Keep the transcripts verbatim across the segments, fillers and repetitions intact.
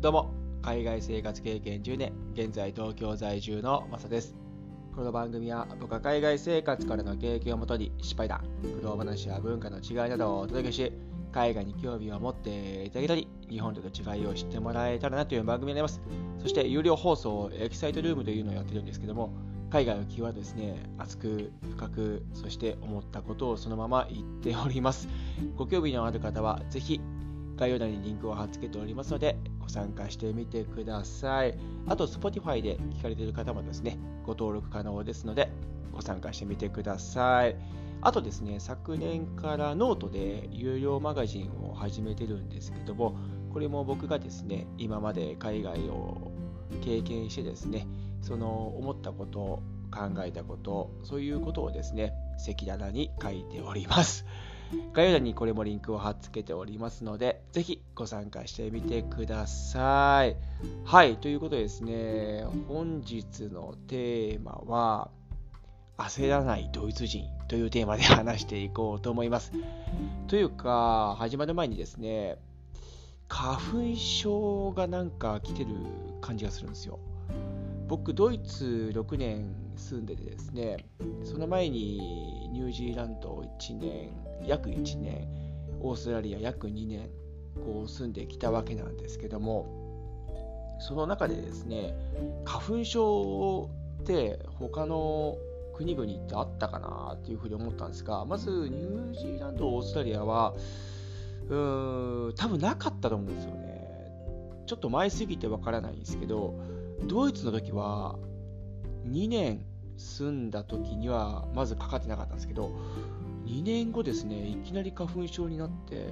どうも、海外生活経験じゅうねん、現在東京在住のマサです。この番組は僕は海外生活からの経験をもとに失敗談、苦労話や文化の違いなどをお届けし、海外に興味を持っていただけたり、日本との違いを知ってもらえたらなという番組になります。そして有料放送エキサイトルームというのをやってるんですけども、海外のキーワードですね、熱く深く、そして思ったことをそのまま言っております。ご興味のある方はぜひ概要欄にリンクを貼っ付けておりますので、ご参加してみてください。あと、Spotify で聞かれている方もですね、ご登録可能ですので、ご参加してみてください。あとですね、昨年からノートで有料マガジンを始めてるんですけども、これも僕がですね、今まで海外を経験してですね、その思ったこと、考えたこと、そういうことをですね、赤裸々に書いております。概要欄にこれもリンクを貼っ付けておりますので、ぜひご参加してみてください。はい、ということでですね、本日のテーマは、焦らないドイツ人というテーマで話していこうと思います。というか、始まる前にですね、花粉症がなんか来てる感じがするんですよ。僕、ドイツろくねん住んでてですね、その前にニュージーランドいちねん、約いちねん、オーストラリア約にねんこう住んできたわけなんですけども、その中でですね、花粉症って他の国々ってあったかなっていうふうに思ったんですが、まずニュージーランド、オーストラリアはうーん多分なかったと思うんですよね。ちょっと前すぎてわからないんですけど、ドイツの時はにねん住んだ時にはまずかかってなかったんですけど、にねんごですね、いきなり花粉症になって、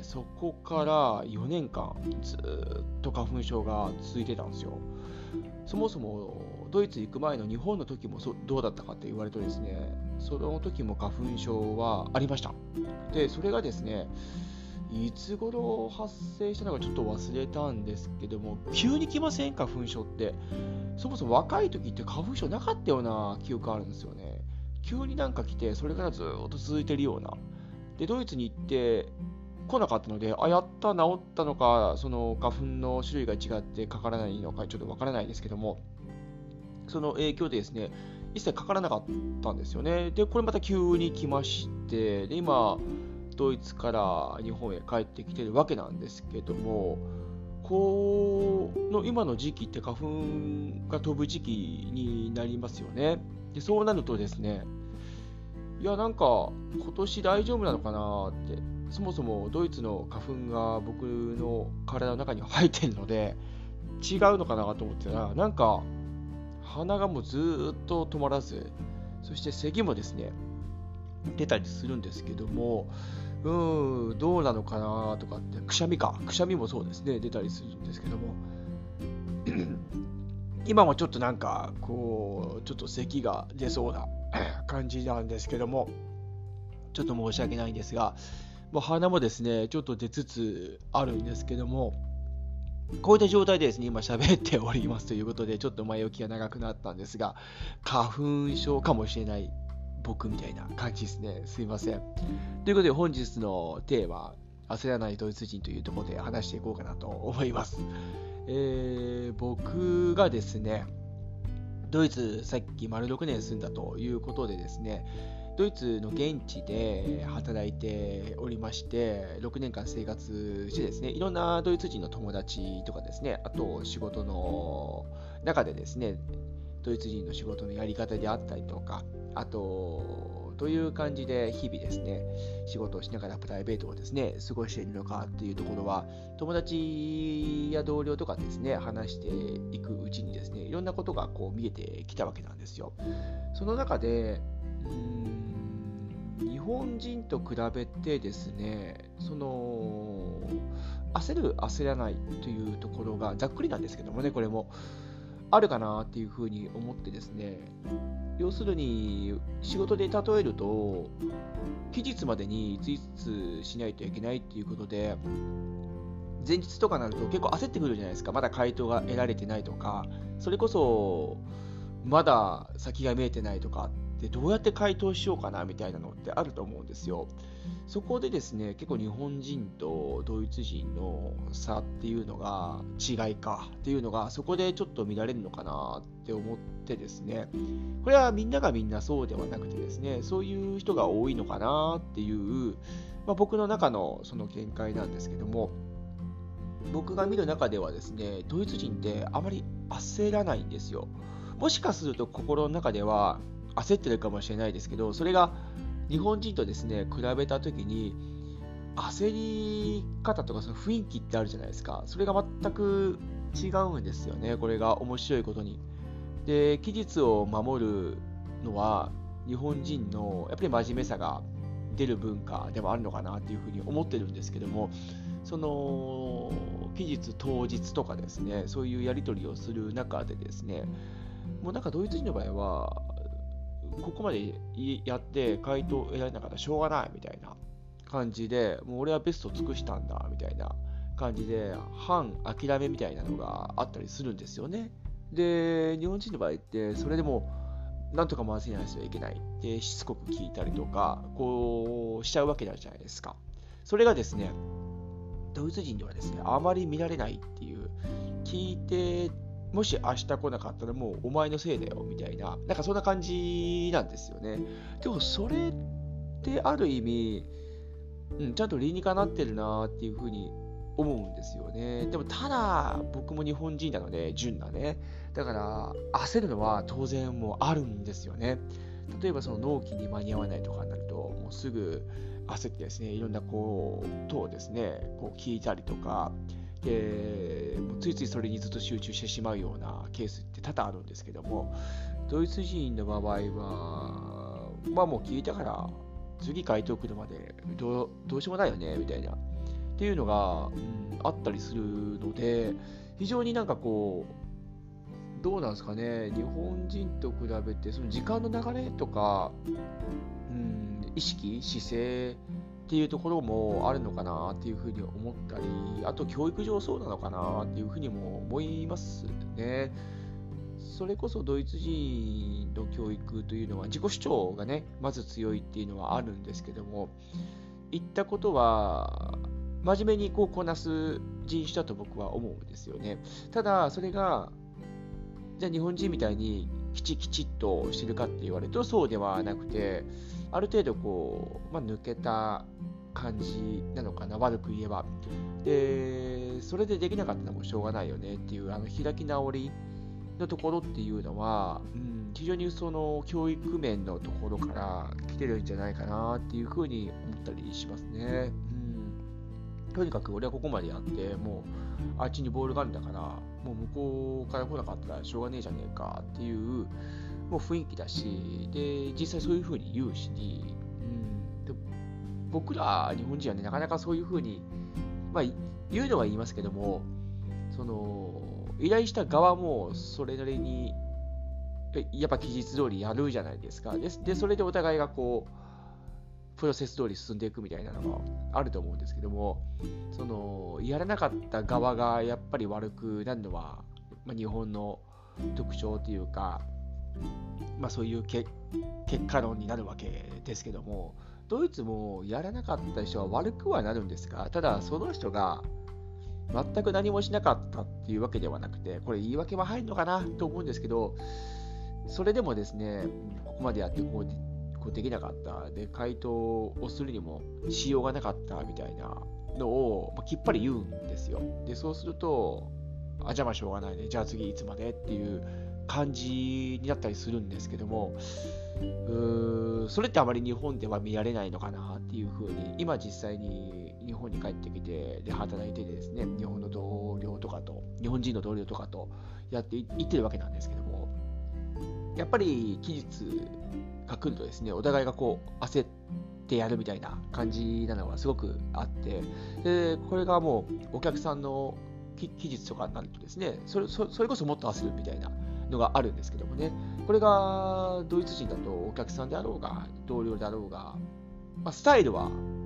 そこからよねんかんずっと花粉症が続いてたんですよ。そもそもドイツ行く前の日本の時もそどうだったかって言われるとですね、その時も花粉症はありました。で、それがですね、いつ頃発生したのかちょっと忘れたんですけども、急に来ません？花粉症って。そもそも若い時って花粉症なかったような記憶あるんですよね。急になんか来て、それからずっと続いてるような。で、ドイツに行って来なかったので、あ、やった、治ったのか、その花粉の種類が違ってかからないのかちょっとわからないですけども、その影響でですね、一切かからなかったんですよね。で、これまた急に来まして、で、今、ドイツから日本へ帰ってきてるわけなんですけども、この今の時期って花粉が飛ぶ時期になりますよね。で、そうなるとですね、いやなんか今年大丈夫なのかなって、そもそもドイツの花粉が僕の体の中に入ってるので違うのかなと思ってたら、なんか鼻がもうずーっと止まらず、そして咳もですね出たりするんですけども、うーんどうなのかなとかって、くしゃみかくしゃみもそうですね、出たりするんですけども今もちょっとなんかこうちょっと咳が出そうな感じなんですけども、ちょっと申し訳ないんですが、もう鼻もですねちょっと出つつあるんですけども、こういった状態でですね今喋っておりますということで、ちょっと前置きが長くなったんですが、花粉症かもしれない僕みたいな感じですね。すいません。ということで本日のテーマ、焦らないドイツ人というところで話していこうかなと思います。えー、僕がですね、ドイツさっき丸ろくねん住んだということでですね、ドイツの現地で働いておりまして、ろくねんかん生活してですね、いろんなドイツ人の友達とかですね、あと仕事の中でですね、ドイツ人の仕事のやり方であったりとか、あとどういう感じで日々ですね仕事をしながらプライベートをですね過ごしているのかっていうところは、友達や同僚とかですね話していくうちにですね、いろんなことがこう見えてきたわけなんですよ。その中でうーん日本人と比べてですね、その焦る焦らないというところがざっくりなんですけどもね、これもあるかなっていうふうに思ってですね、要するに仕事で例えると、期日までにツイートしないといけないっていうことで、前日とかになると結構焦ってくるじゃないですか。まだ回答が得られてないとか、それこそまだ先が見えてないとかでどうやって回答しようかなみたいなのってあると思うんですよ。そこでですね、結構日本人とドイツ人の差っていうのが、違いかっていうのが、そこでちょっと見られるのかなって思ってですね、これはみんながみんなそうではなくてですね、そういう人が多いのかなっていう、まあ、僕の中のその見解なんですけども、僕が見る中ではですね、ドイツ人ってあまり焦らないんですよ。もしかすると心の中では焦ってるかもしれないですけど、それが日本人とですね、比べたときに、焦り方とかその雰囲気ってあるじゃないですか。それが全く違うんですよね。これが面白いことに。で、期日を守るのは、日本人のやっぱり真面目さが出る文化でもあるのかなっていうふうに思ってるんですけども、その期日当日とかですね、そういうやり取りをする中でですね、もうなんかドイツ人の場合は、ここまでやって回答を得られなかったらしょうがないみたいな感じで、もう俺はベストを尽くしたんだみたいな感じで、反諦めみたいなのがあったりするんですよね。で、日本人の場合って、それでも、なんとか回せないといけない。で、しつこく聞いたりとか、こうしちゃうわけじゃないですか。それがですね、ドイツ人ではですね、あまり見られないっていう、聞いて、もし明日来なかったらもうお前のせいだよみたいな、なんかそんな感じなんですよね。でもそれってある意味、うん、ちゃんと理にかなってるなっていうふうに思うんですよね。でもただ、僕も日本人なので、純なね。だから焦るのは当然もうあるんですよね。例えばその納期に間に合わないとかになると、もうすぐ焦ってですね、いろんなことをですね、こう聞いたりとか、でもうついついそれにずっと集中してしまうようなケースって多々あるんですけども、ドイツ人の場合は、まあもう聞いたから、次回答来るまでどう、どうしようもないよね、みたいな。っていうのが、うん、あったりするので、非常になんかこう、どうなんですかね、日本人と比べて、その時間の流れとか、うん、意識、姿勢っていうところもあるのかなっていうふうに思ったり、あと教育上そうなのかなっていうふうにも思いますね。それこそドイツ人の教育というのは自己主張がね、まず強いっていうのはあるんですけども、言ったことは真面目にこうこなす人種だと僕は思うんですよね。ただそれがじゃあ日本人みたいにきちきちっとしてるかって言われるとそうではなくて、ある程度こう、まあ、抜けた感じなのかな、悪く言えば。で、それでできなかったのもしょうがないよねっていう、あの開き直りのところっていうのは、うん、非常にその教育面のところから来てるんじゃないかなっていうふうに思ったりしますね。うん、とにかく俺はここまでやって、もうあっちにボールがあるんだから、もう向こうから来なかったらしょうがねえじゃねえかっていう、もう雰囲気だし、で、実際そういうふうに言うし、うん、で僕ら日本人はね、なかなかそういうふうに、まあ、言うのは言いますけども、その、依頼した側もそれなりに、やっぱ期日通りやるじゃないですか。で、でそれでお互いがこう、プロセス通り進んでいくみたいなのがあると思うんですけども、その、やらなかった側がやっぱり悪くなるのは、まあ、日本の特徴というか、まあ、そういう結果論になるわけですけども、ドイツもやらなかった人は悪くはなるんですが、ただその人が全く何もしなかったっていうわけではなくて、これ言い訳は入るのかなと思うんですけど、それでもですね、ここまでやってこうこうできなかった、で回答をするにもしようがなかったみたいなのを、まあ、きっぱり言うんですよ。でそうすると、あ、じゃあまあしょうがないね、じゃあ次いつまでっていう感じになったりするんですけども、うーそれってあまり日本では見られないのかなっていうふうに、今実際に日本に帰ってきてで働いててですね、日本の同僚とかと日本人の同僚とかとやっていってるわけなんですけども、やっぱり期日が来るとですね、お互いがこう焦ってやるみたいな感じなのがすごくあって、でこれがもうお客さんの期日とかになるとですね、それ、それこそもっと焦るみたいなのがあるんですけどもね、これがドイツ人だとお客さんであろうが同僚であろうが、まあ、スタイルは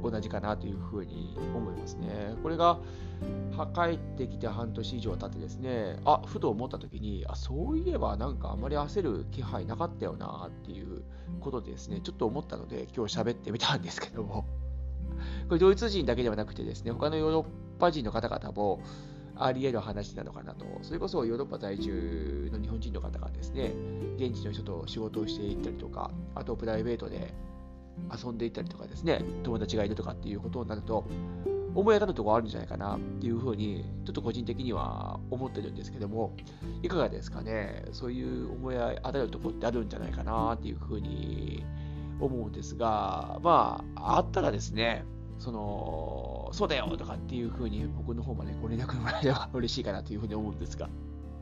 同じかなというふうに思いますね。これが帰ってきて半年以上経ってですね、あ、ふと思った時に、あ、そういえばなんかあまり焦る気配なかったよなっていうことでですね、ちょっと思ったので今日喋ってみたんですけども、これドイツ人だけではなくてですね、他のヨーロッパ人の方々もあり得る話なのかなと。それこそヨーロッパ在住の日本人の方がですね、現地の人と仕事をしていったりとか、あとプライベートで遊んでいったりとかですね、友達がいるとかっていうことになると、思い当たるところあるんじゃないかなっていうふうに、ちょっと個人的には思ってるんですけども、いかがですかね。そういう思い当たるところってあるんじゃないかなっていうふうに思うんですが、まあ、あったらですね、その、そうだよとかっていうふうに僕の方までご連絡もらえれば嬉しいかなというふうに思うんですが。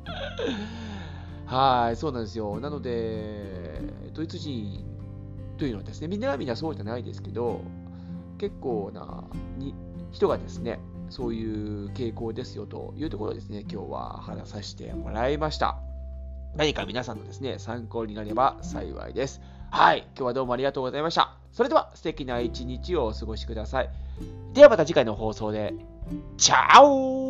はい、そうなんですよ。なので、ドイツ人というのはですね、みんながみんなそうじゃないですけど、結構なに人がですね、そういう傾向ですよというところをですね、今日は話させてもらいました。何か皆さんのですね、参考になれば幸いです。はい、今日はどうもありがとうございました。それでは素敵な一日をお過ごしください。ではまた次回の放送で。チャオ